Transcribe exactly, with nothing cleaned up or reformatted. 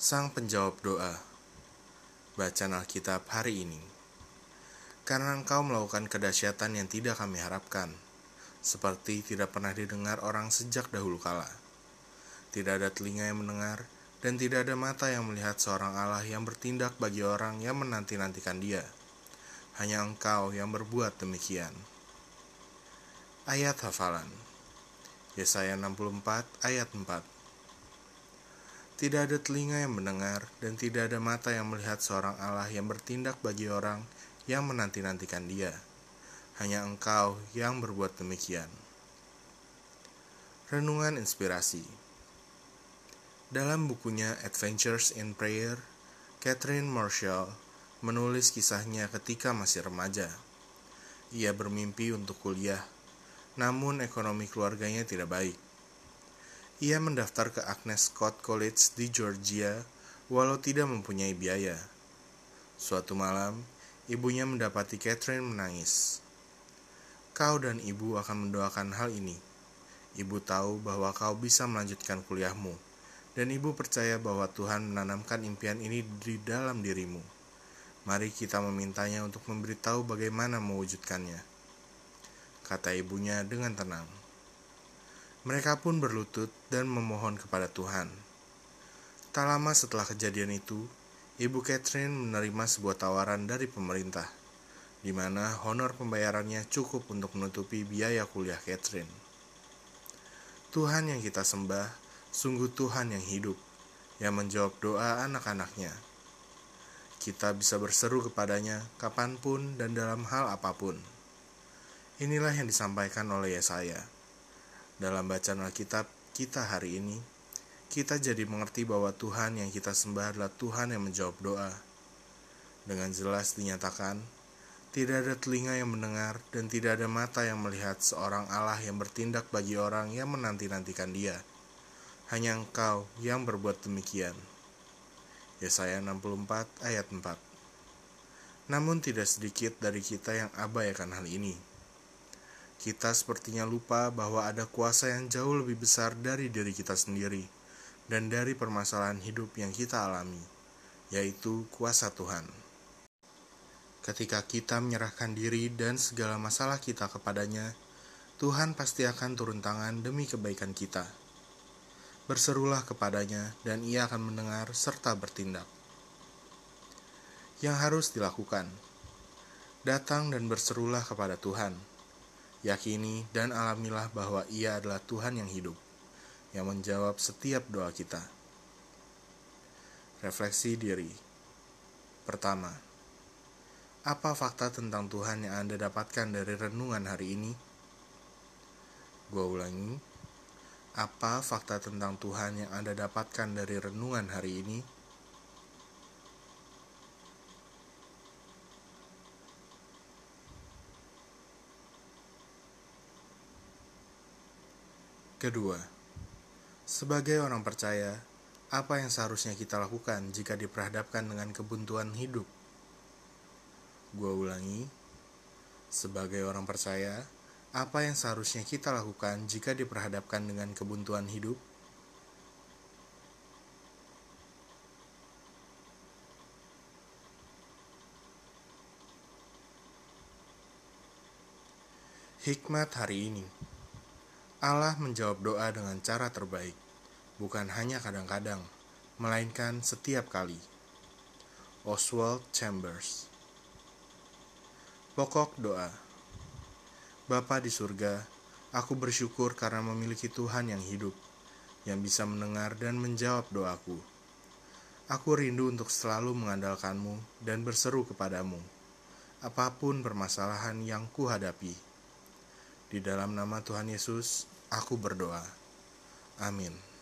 Sang Penjawab Doa. Bacaan Alkitab hari ini. Karena Engkau melakukan kedahsyatan yang tidak kami harapkan, seperti tidak pernah didengar orang sejak dahulu kala. Tidak ada telinga yang mendengar, dan tidak ada mata yang melihat seorang Allah yang bertindak bagi orang yang menanti-nantikan Dia. Hanya Engkau yang berbuat demikian. Ayat hafalan. Yesaya enam puluh empat ayat empat. Tidak ada telinga yang mendengar dan tidak ada mata yang melihat seorang Allah yang bertindak bagi orang yang menanti-nantikan Dia. Hanya Engkau yang berbuat demikian. Renungan inspirasi. Dalam bukunya Adventures in Prayer, Catherine Marshall menulis kisahnya ketika masih remaja. Ia bermimpi untuk kuliah, namun ekonomi keluarganya tidak baik. Ia mendaftar ke Agnes Scott College di Georgia, walau tidak mempunyai biaya. Suatu malam, ibunya mendapati Catherine menangis. Kau dan ibu akan mendoakan hal ini. Ibu tahu bahwa kau bisa melanjutkan kuliahmu, dan ibu percaya bahwa Tuhan menanamkan impian ini di dalam dirimu. Mari kita memintanya untuk memberitahu bagaimana mewujudkannya, kata ibunya dengan tenang. Mereka pun berlutut dan memohon kepada Tuhan. Tak lama setelah kejadian itu, Ibu Catherine menerima sebuah tawaran dari pemerintah, di mana honor pembayarannya cukup untuk menutupi biaya kuliah Catherine. Tuhan yang kita sembah, sungguh Tuhan yang hidup, yang menjawab doa anak-anaknya. Kita bisa berseru kepadanya kapanpun dan dalam hal apapun. Inilah yang disampaikan oleh Yesaya. Dalam bacaan Alkitab kita hari ini, kita jadi mengerti bahwa Tuhan yang kita sembah adalah Tuhan yang menjawab doa. Dengan jelas dinyatakan, tidak ada telinga yang mendengar dan tidak ada mata yang melihat seorang Allah yang bertindak bagi orang yang menanti-nantikan Dia. Hanya Engkau yang berbuat demikian. Yesaya enam puluh empat ayat empat. Namun tidak sedikit dari kita yang abai akan hal ini. Kita sepertinya lupa bahwa ada kuasa yang jauh lebih besar dari diri kita sendiri dan dari permasalahan hidup yang kita alami, yaitu kuasa Tuhan. Ketika kita menyerahkan diri dan segala masalah kita kepadanya, Tuhan pasti akan turun tangan demi kebaikan kita. Berserulah kepadanya dan Ia akan mendengar serta bertindak. Yang harus dilakukan, datang dan berserulah kepada Tuhan. Yakini dan alamilah bahwa Ia adalah Tuhan yang hidup, yang menjawab setiap doa kita. Refleksi diri. Pertama, apa fakta tentang Tuhan yang Anda dapatkan dari renungan hari ini? Gua ulangi, apa fakta tentang Tuhan yang Anda dapatkan dari renungan hari ini? Kedua, sebagai orang percaya, apa yang seharusnya kita lakukan jika diperhadapkan dengan kebuntuan hidup? Gua ulangi, sebagai orang percaya, apa yang seharusnya kita lakukan jika diperhadapkan dengan kebuntuan hidup? Hikmat hari ini. Allah menjawab doa dengan cara terbaik, bukan hanya kadang-kadang, melainkan setiap kali. Oswald Chambers. Pokok doa. Bapa di surga, aku bersyukur karena memiliki Tuhan yang hidup, yang bisa mendengar dan menjawab doaku. Aku rindu untuk selalu mengandalkanmu dan berseru kepadamu, apapun permasalahan yang kuhadapi. Di dalam nama Tuhan Yesus, aku berdoa. Amin.